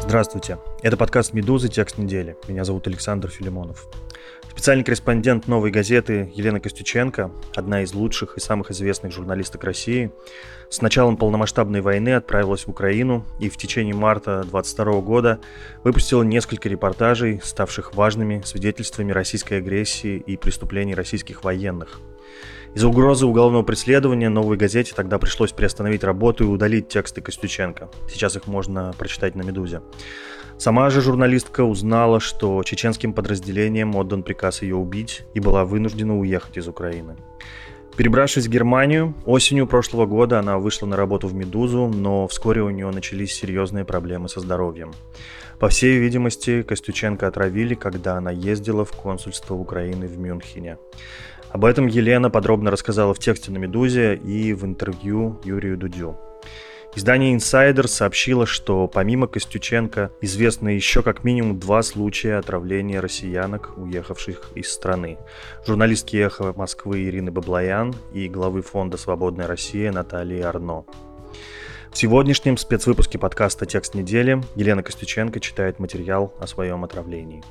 Здравствуйте, это подкаст «Медузы. Текст недели». Меня зовут Александр Филимонов. Специальный корреспондент «Новой газеты» Елена Костюченко, одна из лучших и самых известных журналисток России, с началом полномасштабной войны отправилась в Украину и в течение марта 2022 года выпустила несколько репортажей, ставших важными свидетельствами российской агрессии и преступлений российских военных. Из-за угрозы уголовного преследования «Новой газете» тогда пришлось приостановить работу и удалить тексты Костюченко. Сейчас их можно прочитать на «Медузе». Сама же журналистка узнала, что чеченским подразделениям отдан приказ ее убить, и была вынуждена уехать из Украины. Перебравшись в Германию, осенью прошлого года она вышла на работу в «Медузу», но вскоре у нее начались серьезные проблемы со здоровьем. По всей видимости, Костюченко отравили, когда она ездила в консульство Украины в Мюнхене. Об этом Елена подробно рассказала в тексте на «Медузе» и в интервью Юрию Дудю. Издание «Инсайдер» сообщило, что помимо Костюченко известно еще как минимум 2 случая отравления россиянок, уехавших из страны. Журналистки «Эхо Москвы» Ирины Баблоян и главы фонда «Свободная Россия» Натальи Арно. В сегодняшнем спецвыпуске подкаста «Текст недели» Елена Костюченко читает материал о своем отравлении.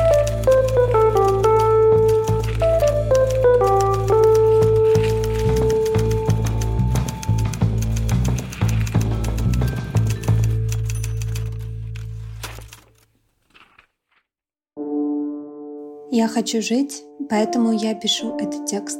Я хочу жить, поэтому я пишу этот текст.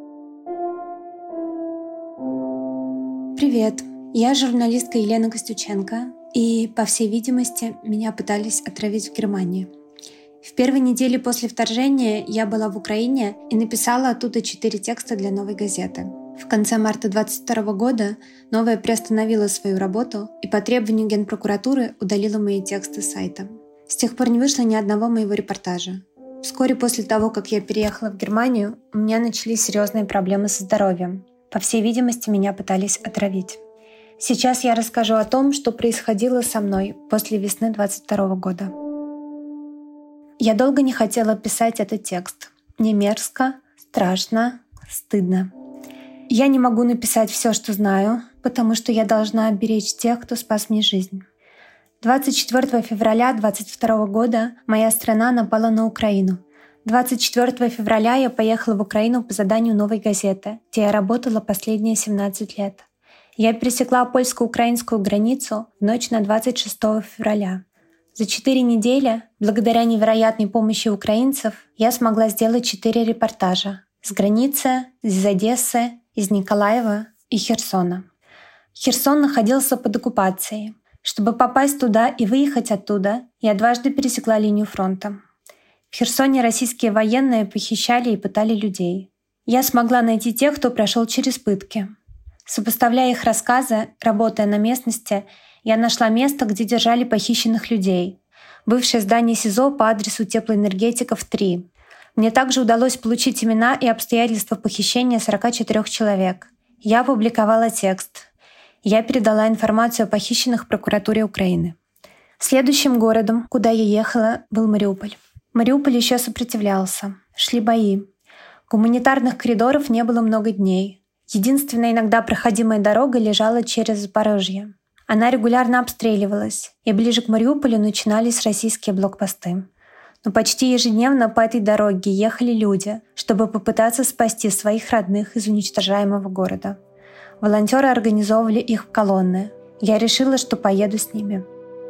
Привет, я журналистка Елена Костюченко, и, по всей видимости, меня пытались отравить в Германии. В первой неделе после вторжения я была в Украине и написала оттуда 4 текста для «Новой газеты». В конце марта 2022 года «Новая» приостановила свою работу и по требованию Генпрокуратуры удалила мои тексты с сайта. С тех пор не вышло ни одного моего репортажа. Вскоре после того, как я переехала в Германию, у меня начались серьезные проблемы со здоровьем. По всей видимости, меня пытались отравить. Сейчас я расскажу о том, что происходило со мной после весны 2022 года. Я долго не хотела писать этот текст. Мне мерзко, страшно, стыдно. Я не могу написать все, что знаю, потому что я должна беречь тех, кто спас мне жизнь. 24 февраля 2022 года моя страна напала на Украину. 24 февраля я поехала в Украину по заданию «Новой газеты», где я работала последние 17 лет. Я пересекла польско-украинскую границу в ночь на 26 февраля. За 4 недели, благодаря невероятной помощи украинцев, я смогла сделать 4 репортажа с границы, из Одессы, из Николаева и Херсона. Херсон находился под оккупацией. Чтобы попасть туда и выехать оттуда, я дважды пересекла линию фронта. В Херсоне российские военные похищали и пытали людей. Я смогла найти тех, кто прошел через пытки. Сопоставляя их рассказы, работая на местности, я нашла место, где держали похищенных людей. Бывшее здание СИЗО по адресу Теплоэнергетиков, 3. Мне также удалось получить имена и обстоятельства похищения 44 человек. Я опубликовала текст. Я передала информацию о похищенных прокуратуре Украины. Следующим городом, куда я ехала, был Мариуполь. Мариуполь еще сопротивлялся. Шли бои. Гуманитарных коридоров не было много дней. Единственная иногда проходимая дорога лежала через Запорожье. Она регулярно обстреливалась, и ближе к Мариуполю начинались российские блокпосты. Но почти ежедневно по этой дороге ехали люди, чтобы попытаться спасти своих родных из уничтожаемого города. Волонтеры организовывали их в колонны. Я решила, что поеду с ними.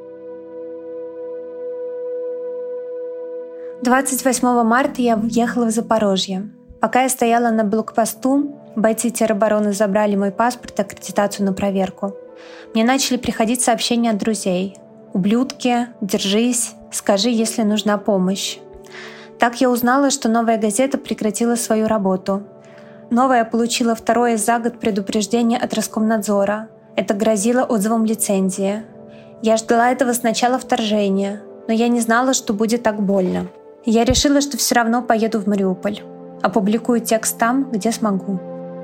28 марта я въехала в Запорожье. Пока я стояла на блокпосту, бойцы теробороны забрали мой паспорт и аккредитацию на проверку. Мне начали приходить сообщения от друзей. «Ублюдки, держись, скажи, если нужна помощь». Так я узнала, что «Новая газета» прекратила свою работу. «Новая» получила второе за год предупреждение от Роскомнадзора. Это грозило отзывом лицензии. Я ждала этого с начала вторжения, но я не знала, что будет так больно. Я решила, что все равно поеду в Мариуполь. Опубликую текст там, где смогу.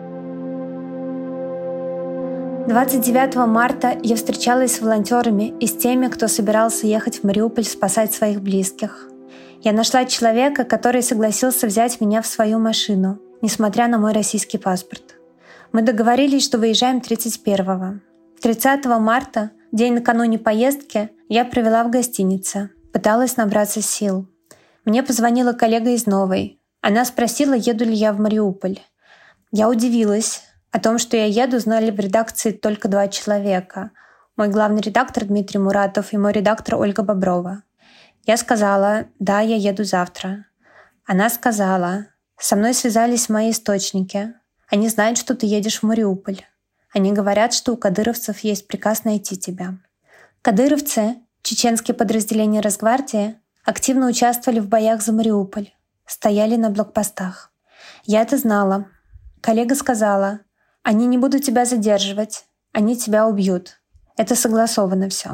29 марта я встречалась с волонтерами и с теми, кто собирался ехать в Мариуполь спасать своих близких. Я нашла человека, который согласился взять меня в свою машину, несмотря на мой российский паспорт. Мы договорились, что выезжаем 31-го. 30 марта День накануне поездки я провела в гостинице, пыталась набраться сил. Мне позвонила коллега из «Новой». Она спросила, еду ли я в Мариуполь. Я удивилась. О том, что я еду, знали в редакции только 2 человека. Мой главный редактор Дмитрий Муратов и мой редактор Ольга Боброва. Я сказала, да, я еду завтра. Она сказала, со мной связались мои источники. Они знают, что ты едешь в Мариуполь. Они говорят, что у кадыровцев есть приказ найти тебя. Кадыровцы, чеченские подразделения Росгвардии, активно участвовали в боях за Мариуполь, стояли на блокпостах. Я это знала. Коллега сказала, они не будут тебя задерживать, они тебя убьют. Это согласовано все.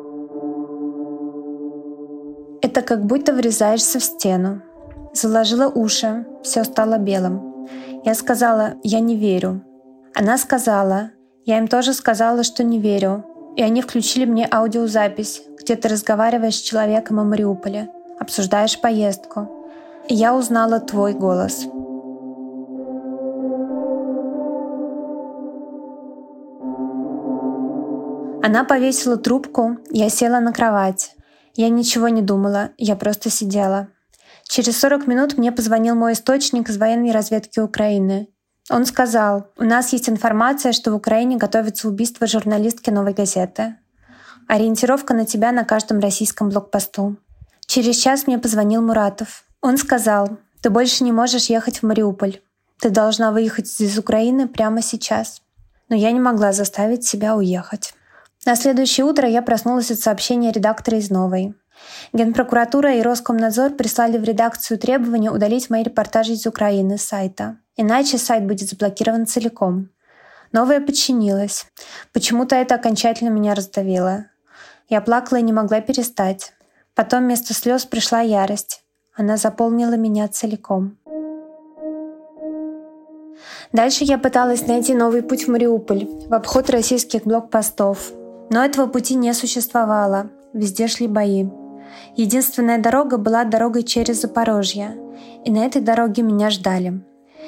Это как будто врезаешься в стену. Заложила уши, все стало белым. Я сказала, я не верю. Она сказала, я им тоже сказала, что не верю. И они включили мне аудиозапись, где ты разговариваешь с человеком о Мариуполе, обсуждаешь поездку. И я узнала твой голос. Она повесила трубку, я села на кровать. Я ничего не думала, я просто сидела. Через 40 минут мне позвонил мой источник из военной разведки Украины. Он сказал, у нас есть информация, что в Украине готовится убийство журналистки «Новой газеты». Ориентировка на тебя на каждом российском блокпосту. Через час мне позвонил Муратов. Он сказал, ты больше не можешь ехать в Мариуполь. Ты должна выехать из Украины прямо сейчас. Но я не могла заставить себя уехать. На следующее утро я проснулась от сообщения редактора из «Новой». Генпрокуратура и Роскомнадзор прислали в редакцию требование удалить мои репортажи из Украины с сайта. Иначе сайт будет заблокирован целиком. «Новая» подчинилась. Почему-то это окончательно меня раздавило. Я плакала и не могла перестать. Потом вместо слез пришла ярость. Она заполнила меня целиком. Дальше я пыталась найти новый путь в Мариуполь, в обход российских блокпостов. Но этого пути не существовало. Везде шли бои. Единственная дорога была дорогой через Запорожье. И на этой дороге меня ждали.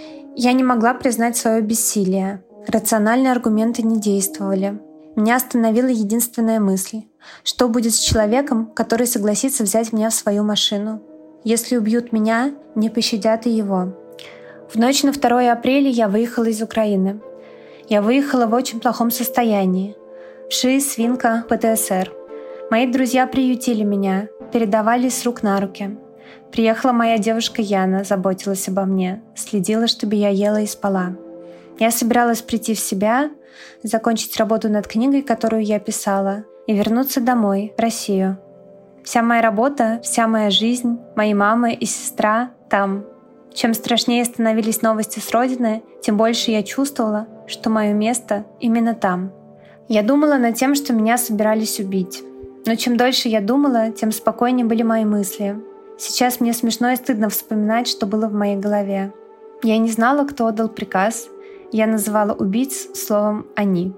Я не могла признать свое бессилие. Рациональные аргументы не действовали. Меня остановила единственная мысль. Что будет с человеком, который согласится взять меня в свою машину? Если убьют меня, не пощадят и его. В ночь на 2 апреля я выехала из Украины. Я выехала в очень плохом состоянии. Вши, свинка, ПТСР. Мои друзья приютили меня, передавали с рук на руки. Приехала моя девушка Яна, заботилась обо мне, следила, чтобы я ела и спала. Я собиралась прийти в себя, закончить работу над книгой, которую я писала, и вернуться домой, в Россию. Вся моя работа, вся моя жизнь, мои мама и сестра там. Чем страшнее становились новости с родины, тем больше я чувствовала, что мое место именно там. Я думала над тем, что меня собирались убить. Но чем дольше я думала, тем спокойнее были мои мысли. Сейчас мне смешно и стыдно вспоминать, что было в моей голове. Я не знала, кто отдал приказ. Я называла убийц словом «они».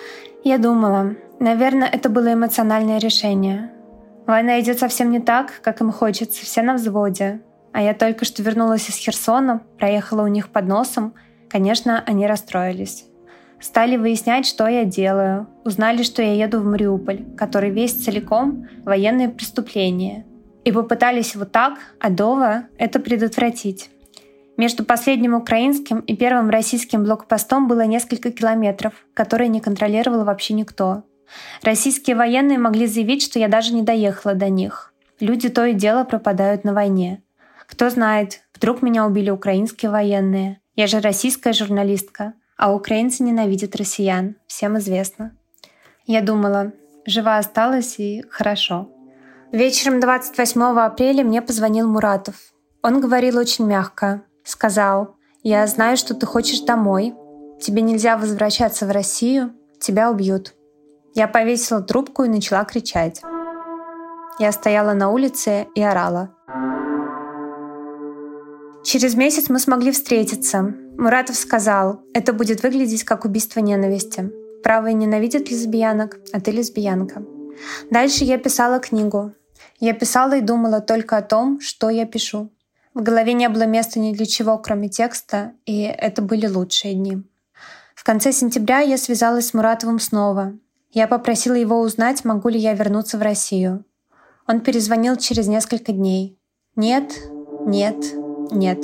Я думала, наверное, это было эмоциональное решение. Война идет совсем не так, как им хочется, все на взводе. А я только что вернулась из Херсона, проехала у них под носом. Конечно, они расстроились. Стали выяснять, что я делаю. Узнали, что я еду в Мариуполь, который весь целиком военные преступления. И попытались вот так, адово, это предотвратить. Между последним украинским и первым российским блокпостом было несколько километров, которые не контролировал вообще никто. Российские военные могли заявить, что я даже не доехала до них. Люди то и дело пропадают на войне. Кто знает, вдруг меня убили украинские военные. Я же российская журналистка. А украинцы ненавидят россиян, всем известно. Я думала, жива осталась и хорошо. Вечером 28 апреля мне позвонил Муратов. Он говорил очень мягко. Сказал, я знаю, что ты хочешь домой. Тебе нельзя возвращаться в Россию, тебя убьют. Я повесила трубку и начала кричать. Я стояла на улице и орала. Через месяц мы смогли встретиться. Муратов сказал, это будет выглядеть как убийство ненависти. Правые ненавидят лесбиянок, а ты лесбиянка. Дальше я писала книгу. Я писала и думала только о том, что я пишу. В голове не было места ни для чего, кроме текста, и это были лучшие дни. В конце сентября я связалась с Муратовым снова. Я попросила его узнать, могу ли я вернуться в Россию. Он перезвонил через несколько дней. Нет, нет, нет.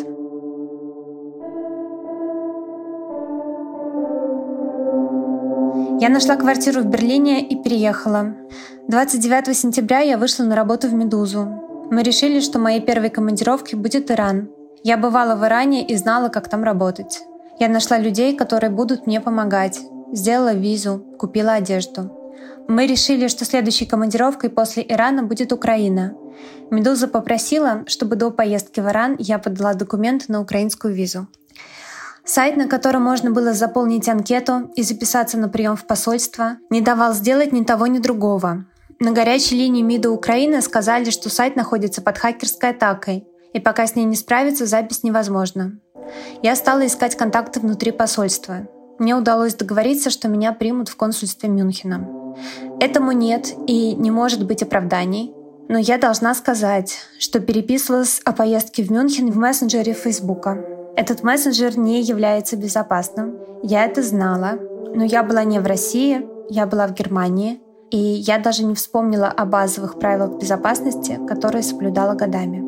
Я нашла квартиру в Берлине и переехала. 29 сентября я вышла на работу в «Медузу». Мы решили, что моей первой командировкой будет Иран. Я бывала в Иране и знала, как там работать. Я нашла людей, которые будут мне помогать. Сделала визу, купила одежду. Мы решили, что следующей командировкой после Ирана будет Украина. «Медуза» попросила, чтобы до поездки в Иран я подала документы на украинскую визу. Сайт, на котором можно было заполнить анкету и записаться на прием в посольство, не давал сделать ни того, ни другого. На горячей линии МИДа Украины сказали, что сайт находится под хакерской атакой, и пока с ней не справиться, запись невозможна. Я стала искать контакты внутри посольства. Мне удалось договориться, что меня примут в консульстве Мюнхена. Этому нет и не может быть оправданий, но я должна сказать, что переписывалась о поездке в Мюнхен в мессенджере Фейсбука. Этот мессенджер не является безопасным. Я это знала, но я была не в России, я была в Германии, и я даже не вспомнила о базовых правилах безопасности, которые соблюдала годами.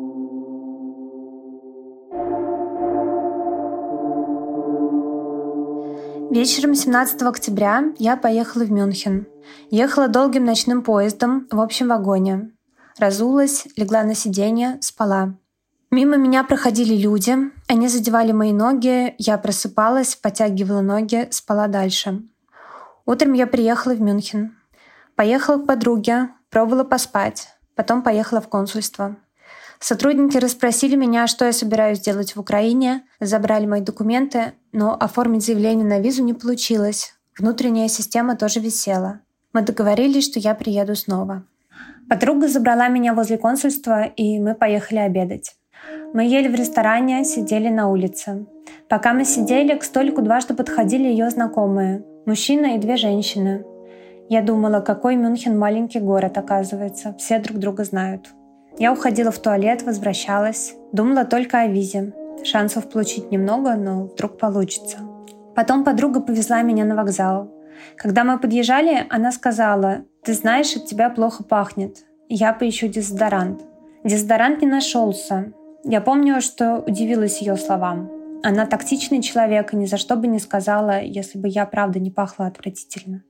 Вечером 17 октября я поехала в Мюнхен. Ехала долгим ночным поездом в общем вагоне. Разулась, легла на сиденье, спала. Мимо меня проходили люди, они задевали мои ноги, я просыпалась, подтягивала ноги, спала дальше. Утром я приехала в Мюнхен. Поехала к подруге, пробовала поспать, потом поехала в консульство. Сотрудники расспросили меня, что я собираюсь делать в Украине, забрали мои документы, но оформить заявление на визу не получилось. Внутренняя система тоже висела. Мы договорились, что я приеду снова. Подруга забрала меня возле консульства, и мы поехали обедать. Мы ели в ресторане, сидели на улице. Пока мы сидели, к столику дважды подходили ее знакомые. Мужчина и две женщины. Я думала, какой Мюнхен маленький город, оказывается. Все друг друга знают. Я уходила в туалет, возвращалась. Думала только о визе. Шансов получить немного, но вдруг получится. Потом подруга повезла меня на вокзал. Когда мы подъезжали, она сказала: «Ты знаешь, от тебя плохо пахнет. Я поищу дезодорант». Дезодорант не нашелся. Я помню, что удивилась ее словам. Она тактичный человек и ни за что бы не сказала, если бы я правда не пахла отвратительно.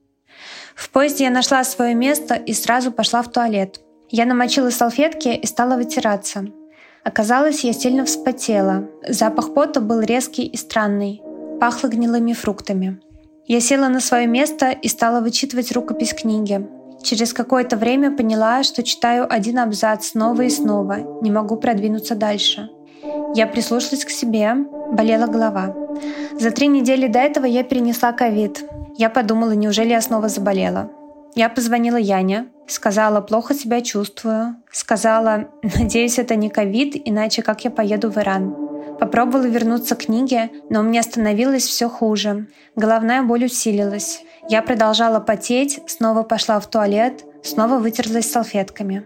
В поезде я нашла свое место и сразу пошла в туалет. Я намочила салфетки и стала вытираться. Оказалось, я сильно вспотела. Запах пота был резкий и странный. Пахло гнилыми фруктами. Я села на свое место и стала вычитывать рукопись книги. Через какое-то время поняла, что читаю один абзац снова и снова, не могу продвинуться дальше. Я прислушалась к себе, болела голова. За 3 недели до этого я перенесла ковид. Я подумала, неужели я снова заболела? Я позвонила Яне, сказала, плохо себя чувствую. Сказала, надеюсь, это не ковид, иначе как я поеду в Иран? Попробовала вернуться к книге, но у меня становилось все хуже. Головная боль усилилась. Я продолжала потеть, снова пошла в туалет, снова вытерлась салфетками.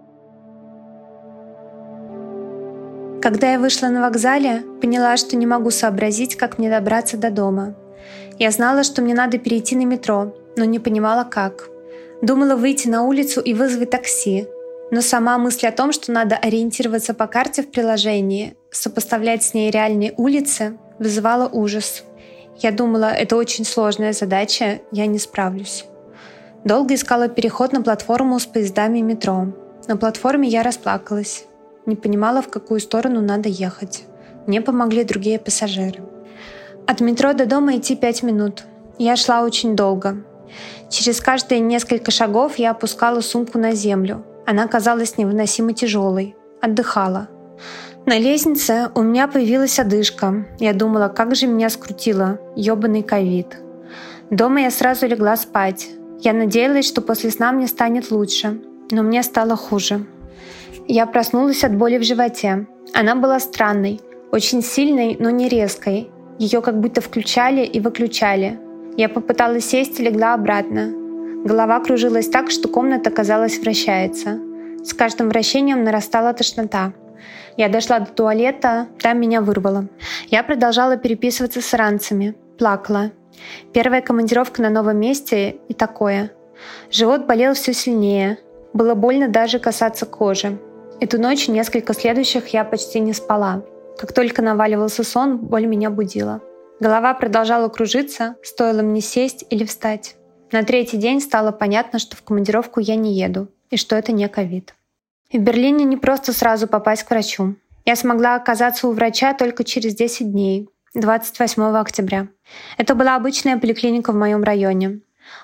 Когда я вышла на вокзале, поняла, что не могу сообразить, как мне добраться до дома. Я знала, что мне надо перейти на метро, но не понимала, как. Думала выйти на улицу и вызвать такси, но сама мысль о том, что надо ориентироваться по карте в приложении, сопоставлять с ней реальные улицы, вызывала ужас. Я думала, это очень сложная задача, я не справлюсь. Долго искала переход на платформу с поездами метро. На платформе я расплакалась. Не понимала, в какую сторону надо ехать. Мне помогли другие пассажиры. От метро до дома идти 5 минут. Я шла очень долго. Через каждые несколько шагов я опускала сумку на землю. Она казалась невыносимо тяжелой. Отдыхала. На лестнице у меня появилась одышка. Я думала, как же меня скрутило. Ёбаный ковид. Дома я сразу легла спать. Я надеялась, что после сна мне станет лучше. Но мне стало хуже. Я проснулась от боли в животе. Она была странной. Очень сильной, но не резкой. Ее как будто включали и выключали. Я попыталась сесть и легла обратно. Голова кружилась так, что комната, казалось, вращается. С каждым вращением нарастала тошнота. Я дошла до туалета, там меня вырвало. Я продолжала переписываться с иранцами. Плакала. Первая командировка на новом месте и такое. Живот болел все сильнее. Было больно даже касаться кожи. Эту ночь и несколько следующих я почти не спала. Как только наваливался сон, боль меня будила. Голова продолжала кружиться, стоило мне сесть или встать. На третий день стало понятно, что в командировку я не еду, и что это не ковид. В Берлине не просто сразу попасть к врачу. Я смогла оказаться у врача только через 10 дней, 28 октября. Это была обычная поликлиника в моем районе.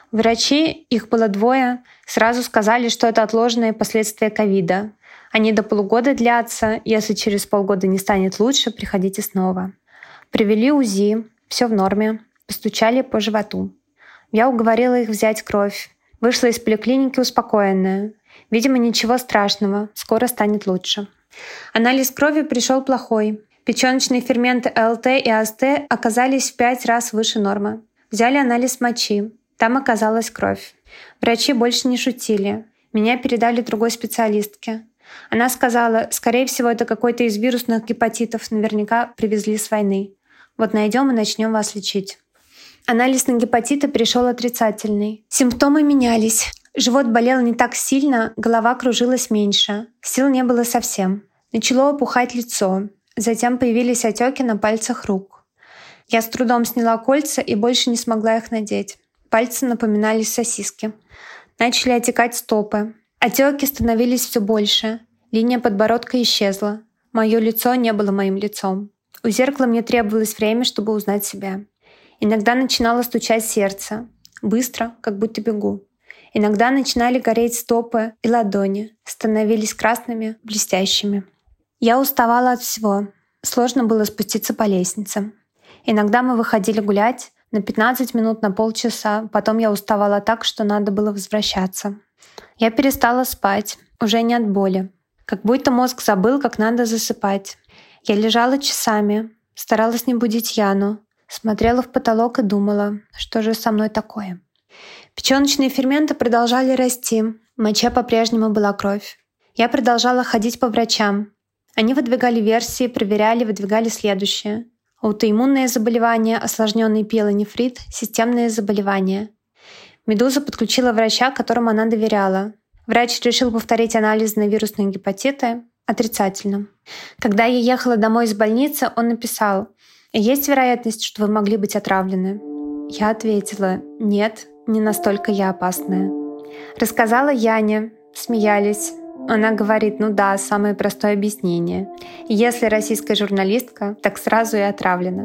Врачи, их было 2, сразу сказали, что это отложенные последствия ковида. Они до полугода длятся, если через полгода не станет лучше, приходите снова. Провели УЗИ, все в норме, постучали по животу. Я уговорила их взять кровь. Вышла из поликлиники успокоенная. Видимо, ничего страшного, скоро станет лучше. Анализ крови пришел плохой. Печёночные ферменты АЛТ и АСТ оказались в 5 раз выше нормы. Взяли анализ мочи. Там оказалась кровь. Врачи больше не шутили. Меня передали другой специалистке. Она сказала, скорее всего, это какой-то из вирусных гепатитов, наверняка привезли с войны. Вот найдем и начнем вас лечить. Анализ на гепатиты пришел отрицательный. Симптомы менялись. Живот болел не так сильно, голова кружилась меньше. Сил не было совсем. Начало опухать лицо. Затем появились отеки на пальцах рук. Я с трудом сняла кольца и больше не смогла их надеть. Пальцы напоминали сосиски. Начали отекать стопы. Отеки становились все больше. Линия подбородка исчезла. Мое лицо не было моим лицом. У зеркала мне требовалось время, чтобы узнать себя. Иногда начинало стучать сердце. Быстро, как будто бегу. Иногда начинали гореть стопы и ладони. Становились красными, блестящими. Я уставала от всего. Сложно было спуститься по лестнице. Иногда мы выходили гулять на 15 минут, на полчаса. Потом я уставала так, что надо было возвращаться. Я перестала спать, уже не от боли. Как будто мозг забыл, как надо засыпать. Я лежала часами, старалась не будить Яну, смотрела в потолок и думала, что же со мной такое. Печёночные ферменты продолжали расти, в моче по-прежнему была кровь. Я продолжала ходить по врачам. Они выдвигали версии, проверяли, выдвигали следующее. Аутоиммунные заболевания, осложненный пиелонефрит, системные заболевания. «Медуза» подключила врача, которому она доверяла. Врач решил повторить анализ на вирусные гепатиты. Отрицательно. Когда я ехала домой из больницы, он написал: «Есть вероятность, что вы могли быть отравлены?» Я ответила: «Нет, не настолько я опасная». Рассказала Яне. Смеялись. Она говорит: «Ну да, самое простое объяснение. Если российская журналистка, так сразу и отравлена».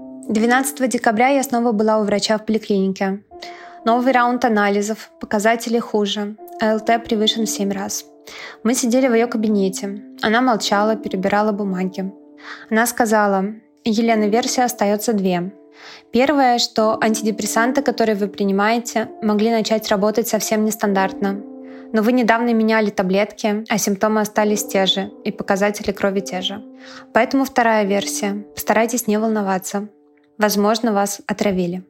12 декабря я снова была у врача в поликлинике. Новый раунд анализов, показатели хуже. АЛТ превышен в 7 раз. Мы сидели в ее кабинете. Она молчала, перебирала бумаги. Она сказала: «Елена, версия остается 2. Первое, что антидепрессанты, которые вы принимаете, могли начать работать совсем нестандартно. Но вы недавно меняли таблетки, а симптомы остались те же, и показатели крови те же. Поэтому вторая версия. Постарайтесь не волноваться. Возможно, вас отравили».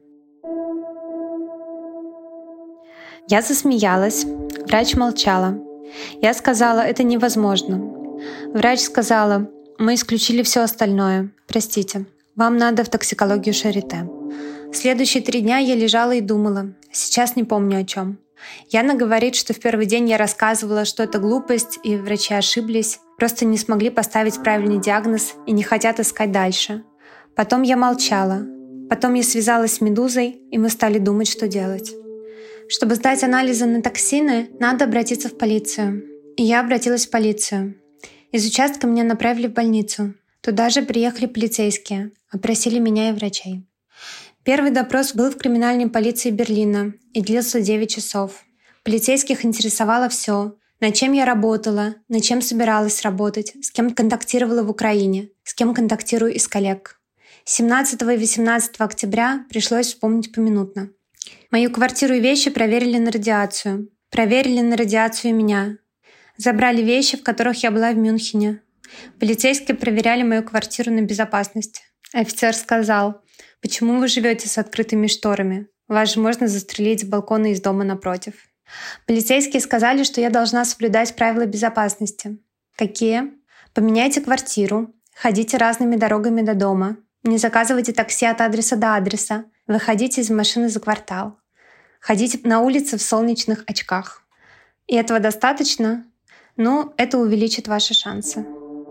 Я засмеялась. Врач молчала. Я сказала: «Это невозможно». Врач сказала: «Мы исключили все остальное. Простите, вам надо в токсикологию Шарите». Следующие 3 дня я лежала и думала. Сейчас не помню о чем. Яна говорит, что в первый день я рассказывала, что это глупость, и врачи ошиблись, просто не смогли поставить правильный диагноз и не хотят искать дальше. Потом я молчала. Потом я связалась с «Медузой», и мы стали думать, что делать. Чтобы сдать анализы на токсины, надо обратиться в полицию. И я обратилась в полицию. Из участка меня направили в больницу. Туда же приехали полицейские, опросили меня и врачей. Первый допрос был в криминальной полиции Берлина и длился 9 часов. Полицейских интересовало все: над чем я работала, над чем собиралась работать, с кем контактировала в Украине, с кем контактирую из коллег. 17 и 18 октября пришлось вспомнить поминутно. Мою квартиру и вещи проверили на радиацию. Проверили на радиацию и меня. Забрали вещи, в которых я была в Мюнхене. Полицейские проверяли мою квартиру на безопасность. Офицер сказал: «Почему вы живете с открытыми шторами? Вас же можно застрелить с балкона из дома напротив». Полицейские сказали, что я должна соблюдать правила безопасности. Какие? Поменяйте квартиру, ходите разными дорогами до дома, не заказывайте такси от адреса до адреса, выходите из машины за квартал, ходите на улице в солнечных очках. И этого достаточно, но это увеличит ваши шансы.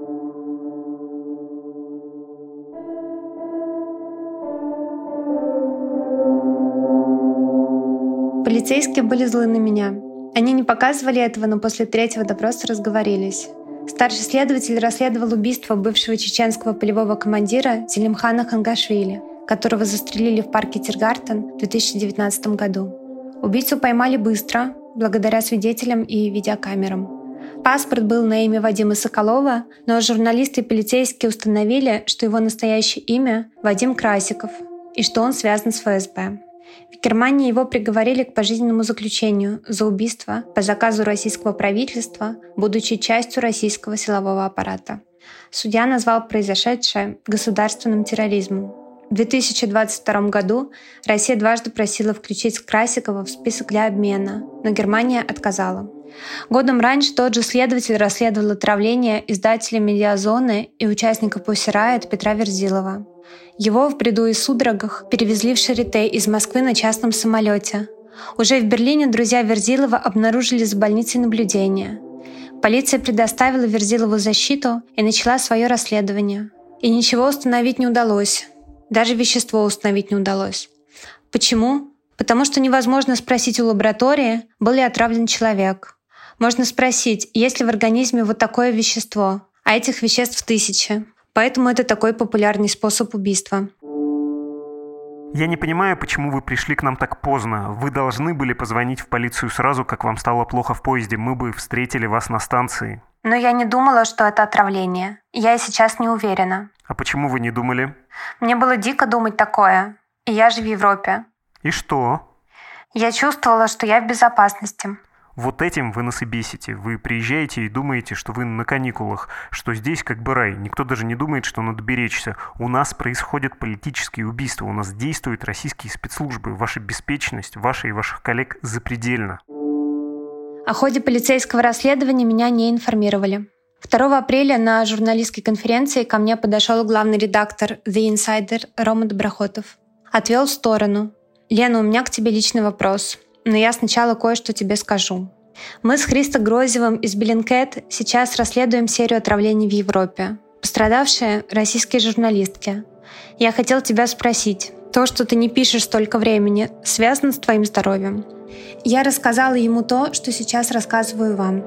Полицейские были злы на меня. Они не показывали этого, но после третьего допроса разговорились. Старший следователь расследовал убийство бывшего чеченского полевого командира Зелимхана Хангашвили, которого застрелили в парке Тиргартен в 2019 году. Убийцу поймали быстро, благодаря свидетелям и видеокамерам. Паспорт был на имя Вадима Соколова, но журналисты и полицейские установили, что его настоящее имя — Вадим Красиков, и что он связан с ФСБ. В Германии его приговорили к пожизненному заключению за убийство по заказу российского правительства, будучи частью российского силового аппарата. Судья назвал произошедшее государственным терроризмом. В 2022 году Россия дважды просила включить Красикова в список для обмена, но Германия отказала. Годом раньше тот же следователь расследовал отравление издателя «Медиазоны» и участника Pussy Riot Петра Верзилова. Его в бреду и судорогах перевезли в Шарите из Москвы на частном самолете. Уже в Берлине друзья Верзилова обнаружили за больницей наблюдение. Полиция предоставила Верзилову защиту и начала свое расследование. И ничего установить не удалось. Даже вещество установить не удалось. Почему? Потому что невозможно спросить у лаборатории, был ли отравлен человек. Можно спросить, есть ли в организме вот такое вещество, а этих веществ тысячи. Поэтому это такой популярный способ убийства. Я не понимаю, почему вы пришли к нам так поздно. Вы должны были позвонить в полицию сразу, как вам стало плохо в поезде. Мы бы встретили вас на станции. Но я не думала, что это отравление. Я и сейчас не уверена. А почему вы не думали? Мне было дико думать такое. И я же в Европе. И что? Я чувствовала, что я в безопасности. Вот этим вы нас и бесите. Вы приезжаете и думаете, что вы на каникулах, что здесь как бы рай. Никто даже не думает, что надо беречься. У нас происходят политические убийства, у нас действуют российские спецслужбы. Ваша беспечность, ваша и ваших коллег запредельна. О ходе полицейского расследования меня не информировали. 2 апреля на журналистской конференции ко мне подошел главный редактор The Insider Рома Доброхотов. Отвел в сторону. «Лена, у меня к тебе личный вопрос. Но я сначала кое-что тебе скажу. Мы с Христо Грозевым из Bellingcat сейчас расследуем серию отравлений в Европе. Пострадавшие — российские журналистки. Я хотел тебя спросить, то, что ты не пишешь столько времени, связано с твоим здоровьем?» Я рассказала ему то, что сейчас рассказываю вам.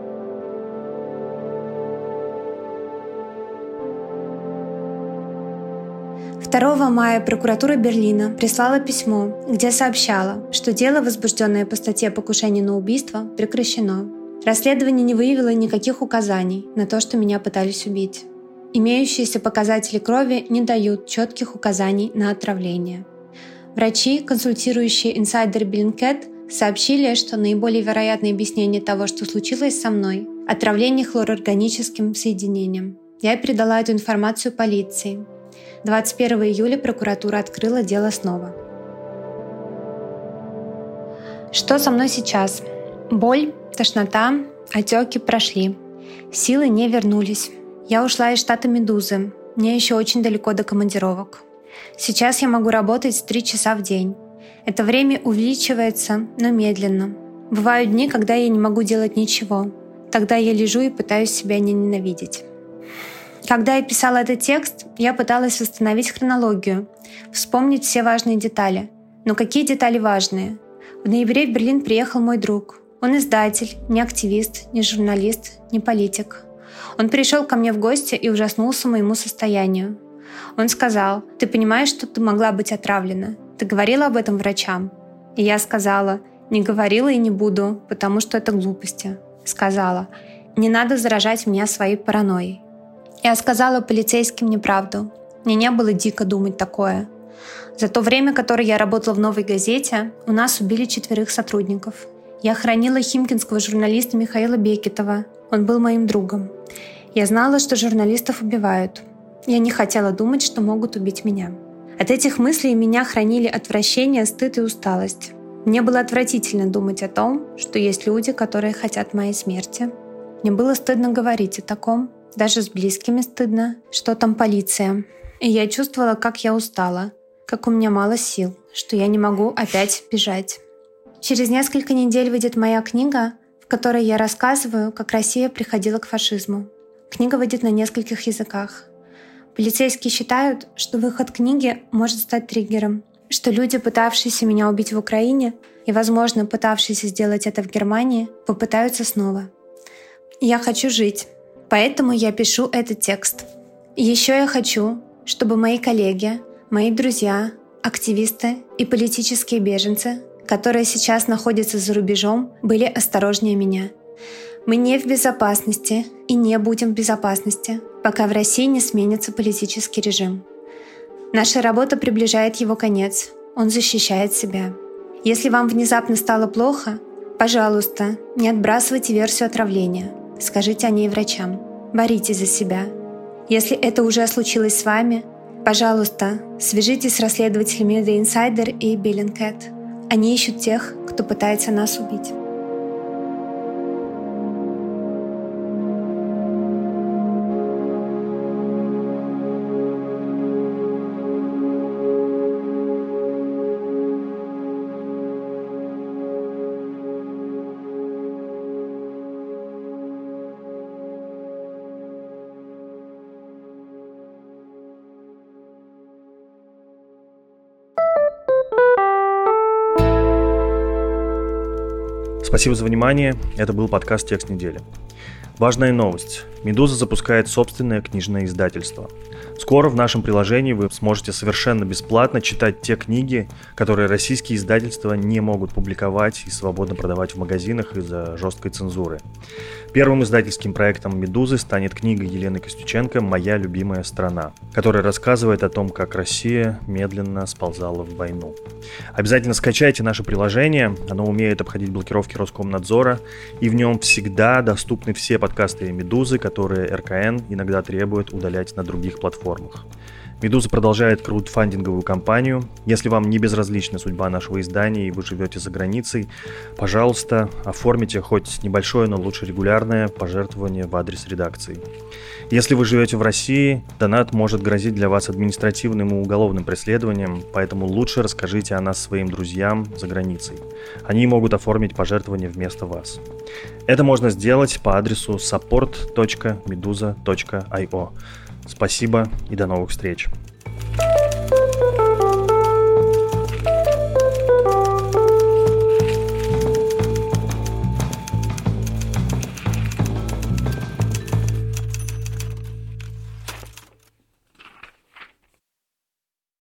«2 мая прокуратура Берлина прислала письмо, где сообщала, что дело, возбужденное по статье «Покушение на убийство», прекращено. Расследование не выявило никаких указаний на то, что меня пытались убить. Имеющиеся показатели крови не дают четких указаний на отравление. Врачи, консультирующие инсайдер Bellingcat, сообщили, что наиболее вероятное объяснение того, что случилось со мной — отравление хлорорганическим соединением. Я передала эту информацию полиции. 21 июля прокуратура открыла дело снова. Что со мной сейчас? Боль, тошнота, отеки прошли. Силы не вернулись. Я ушла из штата «Медузы». Мне еще очень далеко до командировок. Сейчас я могу работать 3 часа в день. Это время увеличивается, но медленно. Бывают дни, когда я не могу делать ничего. Тогда я лежу и пытаюсь себя не ненавидеть. Когда я писала этот текст, я пыталась восстановить хронологию, вспомнить все важные детали. Но какие детали важные? В ноябре в Берлин приехал мой друг. Он издатель, не активист, не журналист, не политик. Он пришел ко мне в гости и ужаснулся моему состоянию. Он сказал: «Ты понимаешь, что ты могла быть отравлена? Ты говорила об этом врачам?» И я сказала: «Не говорила и не буду, потому что это глупости». Сказала: «Не надо заражать меня своей паранойей». Я сказала полицейским неправду. Мне не было дико думать такое. За то время, которое я работала в «Новой газете», у нас убили 4 сотрудников. Я хранила химкинского журналиста Михаила Бекетова. Он был моим другом. Я знала, что журналистов убивают. Я не хотела думать, что могут убить меня. От этих мыслей меня хранили отвращение, стыд и усталость. Мне было отвратительно думать о том, что есть люди, которые хотят моей смерти. Мне было стыдно говорить о таком. Даже с близкими стыдно. Что там полиция? И я чувствовала, как я устала. как у меня мало сил, что я не могу опять бежать. Через несколько недель выйдет моя книга, в которой я рассказываю, как Россия приходила к фашизму. Книга выйдет на нескольких языках. Полицейские считают, что выход книги может стать триггером, что люди, пытавшиеся меня убить в Украине и, возможно, пытавшиеся сделать это в Германии, попытаются снова. Я хочу жить, поэтому я пишу этот текст. И еще я хочу, чтобы мои коллеги, мои друзья, активисты и политические беженцы, которые сейчас находятся за рубежом, были осторожнее меня. Мы не в безопасности и не будем в безопасности, пока в России не сменится политический режим. Наша работа приближает его конец, он защищает себя. Если вам внезапно стало плохо, пожалуйста, не отбрасывайте версию отравления, скажите о ней врачам, боритесь за себя. Если это уже случилось с вами, пожалуйста, свяжитесь с расследователями The Insider и Bellingcat. Они ищут тех, кто пытается нас убить. Спасибо за внимание. Это был подкаст «Текст недели». Важная новость. «Медуза» запускает собственное книжное издательство. Скоро в нашем приложении вы сможете совершенно бесплатно читать те книги, которые российские издательства не могут публиковать и свободно продавать в магазинах из-за жесткой цензуры. Первым издательским проектом «Медузы» станет книга Елены Костюченко «Моя любимая страна», которая рассказывает о том, как Россия медленно сползала в войну. Обязательно скачайте наше приложение, оно умеет обходить блокировки Роскомнадзора, и в нем всегда доступны все подкасты «Медузы», которые РКН иногда требует удалять на других платформах. «Медуза» продолжает краудфандинговую кампанию. Если вам не безразлична судьба нашего издания и вы живете за границей, пожалуйста, оформите хоть небольшое, но лучше регулярное пожертвование в адрес редакции. Если вы живете в России, донат может грозить для вас административным и уголовным преследованием, поэтому лучше расскажите о нас своим друзьям за границей. Они могут оформить пожертвование вместо вас. Это можно сделать по адресу support.meduza.io. Спасибо и до новых встреч.